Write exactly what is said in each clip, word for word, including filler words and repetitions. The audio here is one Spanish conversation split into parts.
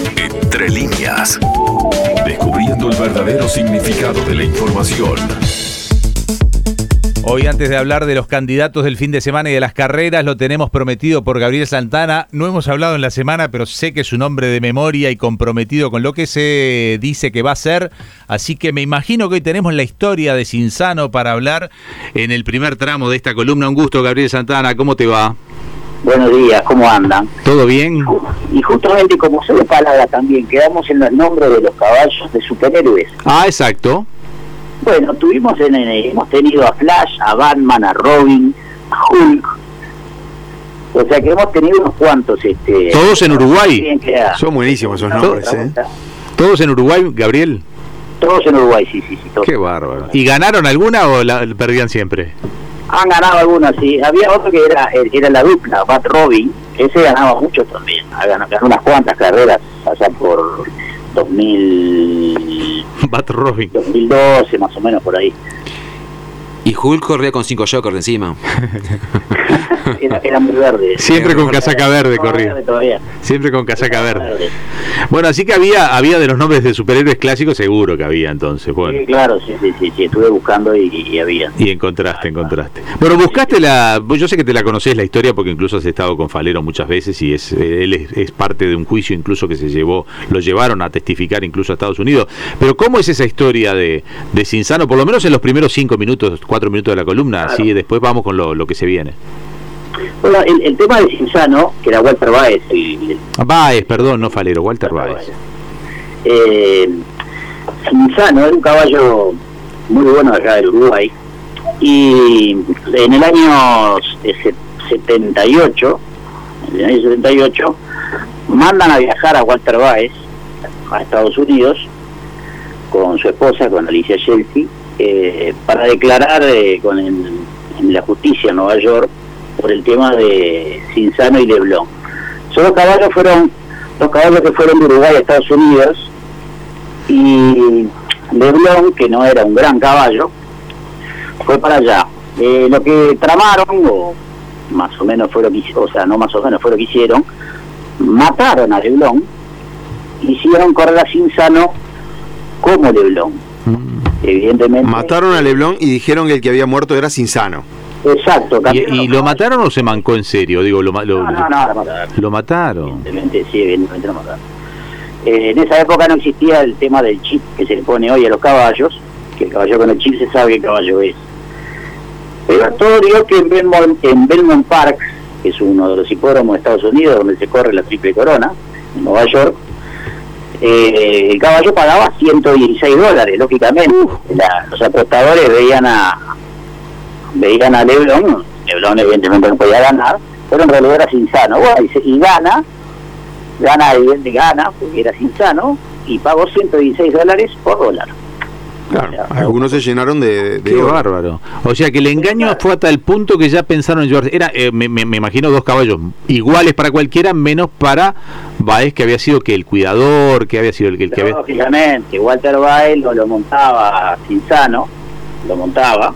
Entre líneas. Descubriendo el verdadero significado de la información. Hoy, antes de hablar de los candidatos del fin de semana y de las carreras, lo tenemos prometido por Gabriel Santana. No hemos hablado en la semana, pero sé que es un hombre de memoria y comprometido con lo que se dice que va a ser. Así que me imagino que hoy tenemos la historia de Cinzano para hablar en el primer tramo de esta columna. Un gusto, Gabriel Santana. ¿Cómo te va? Buenos días, ¿cómo andan? ¿Todo bien? Y justamente como se ve palabra también, quedamos en los nombres de los caballos de superhéroes. Ah, exacto. Bueno, tuvimos en, en, hemos tenido a Flash, a Batman, a Robin, a Hulk. O sea que hemos tenido unos cuantos. este ¿Todos en Uruguay? Son buenísimos esos nombres, ¿eh? ¿Todos en Uruguay, Gabriel? Todos en Uruguay, sí, sí, sí. Todos. Qué bárbaro. ¿Y ganaron alguna o la perdían siempre? Han ganado algunas, sí. Había otro que era era la dupla, Bat Robin. Ese ganaba mucho también. Ganó, ganó unas cuantas carreras allá por dos mil... Bat Robin. dos mil doce, más o menos, por ahí. Y Hulk corría con cinco Jokers encima. Era, era muy verde. Siempre con casaca verde corría. Siempre con casaca verde. Bueno, así que había había de los nombres de superhéroes clásicos, seguro que había entonces. Bueno. Sí, claro, sí, sí, sí, sí. Estuve buscando y, y había. Y encontraste, encontraste. Bueno, buscaste la... Yo sé que te la conocés la historia porque incluso has estado con Falero muchas veces y es él es, es parte de un juicio incluso que se llevó, lo llevaron a testificar incluso a Estados Unidos. Pero ¿cómo es esa historia de, de Cinzano? Por lo menos en los primeros cinco minutos, cuatro minutos de la columna, claro. Así después vamos con lo, lo que se viene. Bueno, el, el tema de Cinzano, que era Walter Baez. El, el, Baez, perdón, no Falero, Walter Baez. Eh, Cinzano era un caballo muy bueno acá del Uruguay. Y en el año setenta y ocho, en el año setenta y ocho, mandan a viajar a Walter Baez a Estados Unidos con su esposa, con Alicia Chelsea, eh, para declarar eh, con el, en la justicia en Nueva York por el tema de Cinzano y Leblon. Son los caballos fueron los caballos que fueron de Uruguay a Estados Unidos, y Leblon, que no era un gran caballo, fue para allá. Eh, lo que tramaron, o más o menos fue lo que, o sea, no más o menos fue lo que hicieron, mataron a Leblon, hicieron correr a Cinzano como Leblon. Mm. Evidentemente. Mataron a Leblon y dijeron que el que había muerto era Cinzano. Exacto. ¿Y, y lo mataron o se mancó en serio? Digo, lo, lo, no, no, no, lo mataron. Lo mataron. Evidentemente, sí, evidentemente lo mataron. Eh, en esa época no existía el tema del chip que se le pone hoy a los caballos, que el caballo con el chip se sabe qué caballo es. Pero todo dio que en Belmont, en Belmont Park, que es uno de los hipódromos de Estados Unidos, donde se corre la Triple Corona, en Nueva York, eh, el caballo pagaba ciento dieciséis dólares, lógicamente. La, los apostadores veían a veían a Leblon, Leblon evidentemente no podía ganar, pero en realidad era Cinzano. Bueno, y, y gana, gana, evidentemente gana, porque era Cinzano, y pagó ciento dieciséis dólares por dólar. Claro, algunos se llenaron de, de Qué oro. Bárbaro. O sea que el engaño claro. fue hasta el punto que ya pensaron en llevarse. Era, eh, me, me, me imagino, dos caballos iguales para cualquiera, menos para Baez, que había sido que el cuidador, que había sido el que, el que había. Lógicamente, Walter Baez lo, lo montaba Cinzano, lo montaba.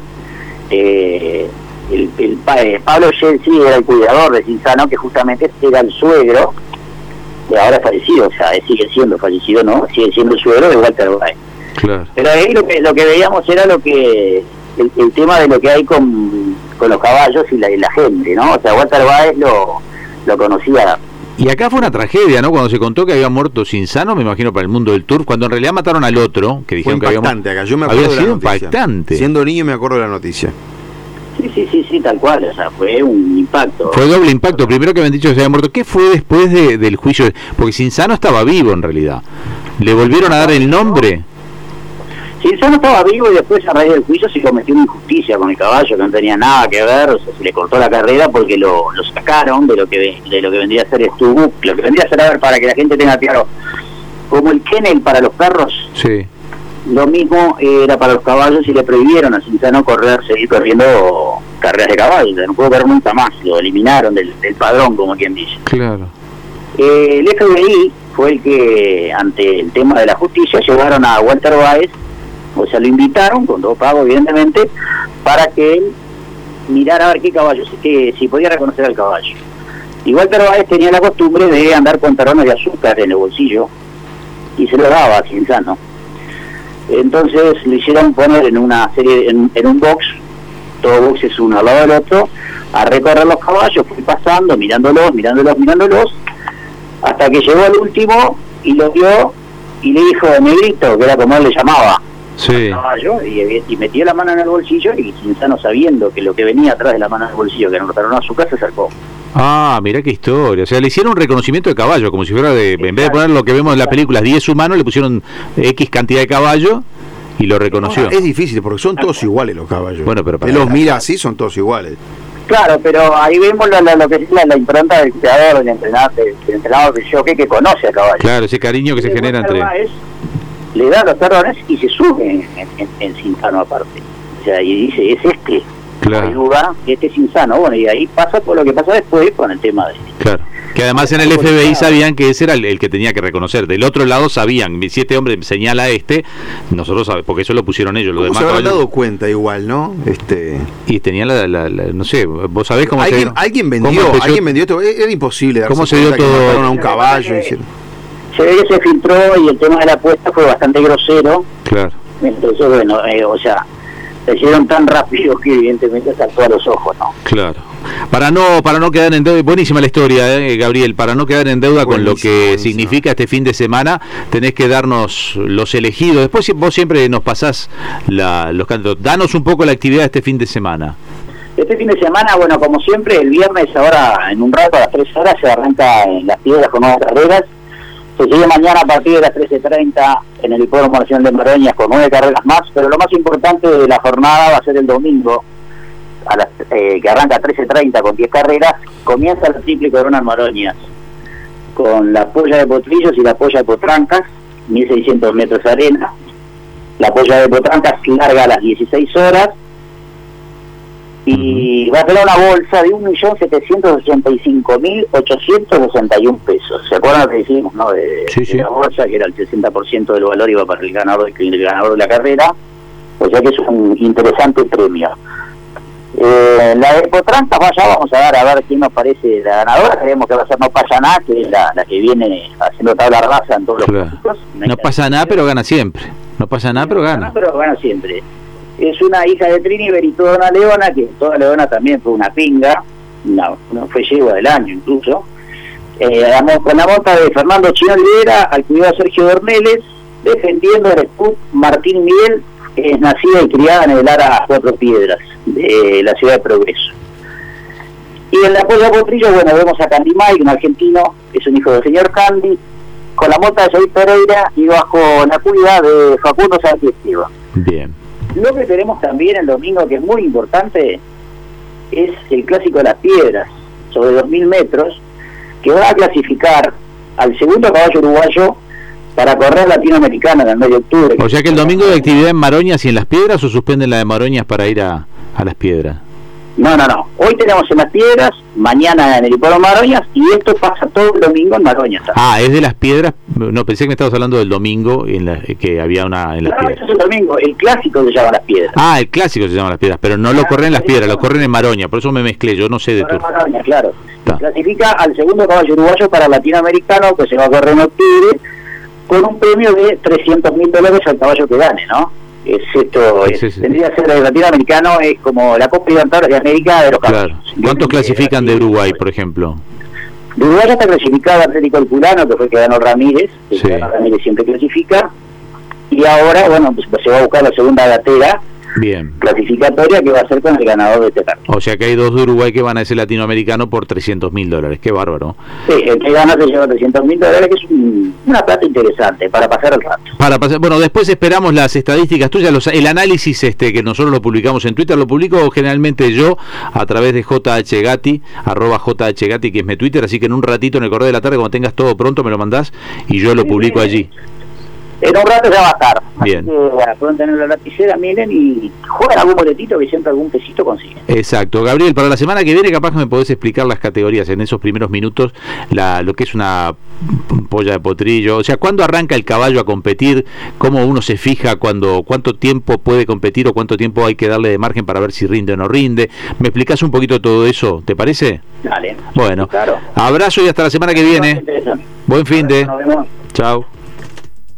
Eh, el, el, el Pablo Chelsea era el cuidador de Cinzano, que justamente era el suegro, que ahora es fallecido, o sea, sigue siendo fallecido, ¿no? Sigue siendo el suegro de Walter Baez. Claro. Pero ahí lo que lo que veíamos era lo que el, el tema de lo que hay con, con los caballos y la, y la gente, ¿no? O sea, Walter Baez lo, lo conocía. Y acá fue una tragedia, ¿no? Cuando se contó que había muerto Cinzano, me imagino, para el mundo del turf, cuando en realidad mataron al otro, que dijeron que había muerto. Acá. Yo me acuerdo había de la sido noticia. Impactante. Siendo niño me acuerdo de la noticia. Sí, sí, sí, sí, tal cual, o sea, fue un impacto. Fue doble impacto. Primero que habían dicho que se había muerto. ¿Qué fue después de, del juicio? Porque Cinzano estaba vivo en realidad. ¿Le volvieron a dar el nombre? Cinzano estaba vivo y después a raíz del juicio se cometió una injusticia con el caballo que no tenía nada que ver, o sea, se le cortó la carrera porque lo, lo sacaron de lo que de lo que vendría a ser Stubuk, lo que vendría a ser, a ver, para que la gente tenga claro, como el kennel para los perros, sí. Lo mismo era para los caballos y le prohibieron a Cinzano correr, seguir corriendo carreras de caballos, no pudo correr nunca más, lo eliminaron del, del padrón, como quien dice. Claro. Eh, el F B I fue el que, ante el tema de la justicia, llevaron a Walter Baez, o sea, lo invitaron, con todo pago evidentemente, para que él mirara a ver qué caballo, que, si podía reconocer al caballo. Y Walter Baez tenía la costumbre de andar con tarones de azúcar en el bolsillo, y se lo daba a Cinzano. Entonces lo hicieron poner en una serie, en, en un box, todo box es uno al lado del otro, a recorrer los caballos, fui pasando, mirándolos, mirándolos, mirándolos, hasta que llegó al último y lo vio y le dijo Negrito, que era como él le llamaba, sí. caballo, y, y metió la mano en el bolsillo, y Cinzano, sabiendo que lo que venía atrás de la mano en el bolsillo, que anotaron a su casa, se acercó. Ah, mirá qué historia. O sea, le hicieron un reconocimiento de caballo, como si fuera de... Exacto. En vez de poner lo que vemos en las películas, diez humanos, le pusieron X cantidad de caballo y lo reconoció. Es difícil, porque son todos iguales los caballos. Bueno, pero para él los mira así, son todos iguales. Claro, pero ahí vemos la, la, lo que es la, la impronta del creador, del entrenador, del, del entrenador del jockey que conoce al caballo. Claro, ese cariño que se genera entre... Es, le da los terrones y se sube en, en, en Cinzano aparte. O sea, y dice, es este. Claro. No hay duda, este es Cinzano. Bueno, y ahí pasa por lo que pasa después con el tema de... Claro. Que además en el F B I sabían que ese era el, el que tenía que reconocer. Del otro lado sabían, si este hombre señala a este, nosotros sabemos, porque eso lo pusieron ellos. Los demás se habrán caballos... dado cuenta igual, ¿no? Este... Y tenían la, la, la, no sé, vos sabés cómo ¿Alguien, se... alguien vendió, cómo alguien vendió esto, era imposible darse ¿Cómo se dio todo? Que mataron a un caballo. Se, se ve que se filtró y el tema de la apuesta fue bastante grosero. Claro. Entonces, bueno, eh, o sea, se hicieron tan rápido que evidentemente saltó a los ojos, ¿no? Claro. Para no para no quedar en deuda, buenísima la historia, eh, Gabriel, para no quedar en deuda buenísimo, con lo que buenísimo. significa este fin de semana, tenés que darnos los elegidos. Después vos siempre nos pasás la, los candidatos. Danos un poco la actividad de este fin de semana. Este fin de semana, bueno, como siempre, el viernes ahora, en un rato, a las tres horas, se arranca en Las Piedras con nuevas carreras. Se sigue mañana a partir de las trece treinta en el Hipódromo Nacional de Maroñas con nueve carreras más, pero lo más importante de la jornada va a ser el domingo, a las, eh, que arranca a trece treinta con diez carreras. Comienza la triple corona en Maroñas, con la polla de Potrillos y la polla de Potrancas, mil seiscientos metros de arena. La polla de Potrancas larga a las dieciséis horas, y va a tener una bolsa de un millón setecientos ochenta y cinco mil ochocientos sesenta y uno pesos. ¿Se acuerdan lo que decimos, no? De, sí, sí. de la bolsa, que era el sesenta por ciento del valor iba para el ganador, el ganador de la carrera. O sea que es un interesante premio. Eh, la de Potrancas, vaya, vamos a dar a ver quién nos parece la ganadora. Creemos que va a ser No Pasa Nada, que es la, la que viene haciendo tabla rasa en todos los claro. puntos. No, no pasa nada, pero gana siempre. No pasa nada, pero gana. No, pero gana siempre. Es una hija de Trini Beritona Leona, que toda Leona también fue una pinga, no, no fue yegua del año incluso. Eh, con la monta de Fernando Chino Olivera, al cuidado de Sergio Berneles, defendiendo el escudo Martín Miguel, que es nacida y criada en el Ara Cuatro Piedras, de la ciudad de Progreso. Y en la polla Potrillo, bueno, vemos a Candy Mike, un argentino, que es un hijo del señor Candy, con la monta de Jair Pereira y bajo la cuida de Facundo Sánchez Estiva. Bien. Lo que tenemos también el domingo, que es muy importante, es el Clásico de las Piedras, sobre dos mil metros, que va a clasificar al segundo caballo uruguayo para correr latinoamericana en el mes de octubre. O sea que el domingo de actividad en Maroñas y en Las Piedras, o suspenden la de Maroñas para ir a, a Las Piedras. No, no, no. Hoy tenemos en Las Piedras, mañana en el Hipódromo Maroñas, y esto pasa todo el domingo en Maroñas. Ah, es de Las Piedras. No, pensé que me estabas hablando del domingo, en la, que había una en Las no, Piedras. No, eso es el domingo. El clásico se llama Las Piedras. Ah, el clásico se llama Las Piedras, pero no lo corren en Las Piedras, lo corren en Maroña. Por eso me mezclé, yo no sé de todo. turno. Maroñas, claro. Ta. Clasifica al segundo caballo uruguayo para latinoamericano, que se va a correr en octubre, con un premio de trescientos mil dólares al caballo que gane, ¿no? Es esto, es, es, tendría que ser el latinoamericano, es como la Copa Libertadores de América de los caballos. Claro. ¿Cuántos clasifican de Uruguay, por ejemplo? De Uruguay ya está clasificado Atlético El Culano, que fue el que ganó Ramírez, que sí. ganó Ramírez siempre clasifica, y ahora, bueno, pues se va a buscar la segunda gatera. Bien. Clasificatoria, que va a ser con el ganador de este partido. O sea que hay dos de Uruguay que van a ese latinoamericano por trescientos mil dólares. Qué bárbaro. Sí, el que gana se lleva trescientos mil dólares, que es un, una plata interesante para pasar el rato. Para pasar, bueno, después esperamos las estadísticas tuyas, los, el análisis este que nosotros lo publicamos en Twitter, lo publico generalmente yo a través de J H Gatti, arroba J H Gatti, que es mi Twitter, así que en un ratito, en el correo de la tarde, cuando tengas todo pronto, me lo mandás y yo lo publico allí. En un rato ya va a estar. Bien. Así que, bueno, pueden tener la lapicera, miren, y juegan algún boletito que siempre algún pesito consiguen. Exacto. Gabriel, para la semana que viene capaz que me podés explicar las categorías en esos primeros minutos, la, lo que es una polla de potrillo, o sea, ¿cuándo arranca el caballo a competir? ¿Cómo uno se fija cuando cuánto tiempo puede competir o cuánto tiempo hay que darle de margen para ver si rinde o no rinde? ¿Me explicás un poquito todo eso? ¿Te parece? Dale. Bueno, claro. Abrazo y hasta la semana que viene. Buen fin de. Nos vemos. Chao.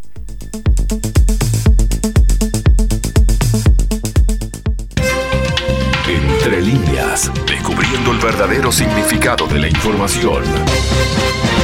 Entre líneas, descubriendo el verdadero significado de la información.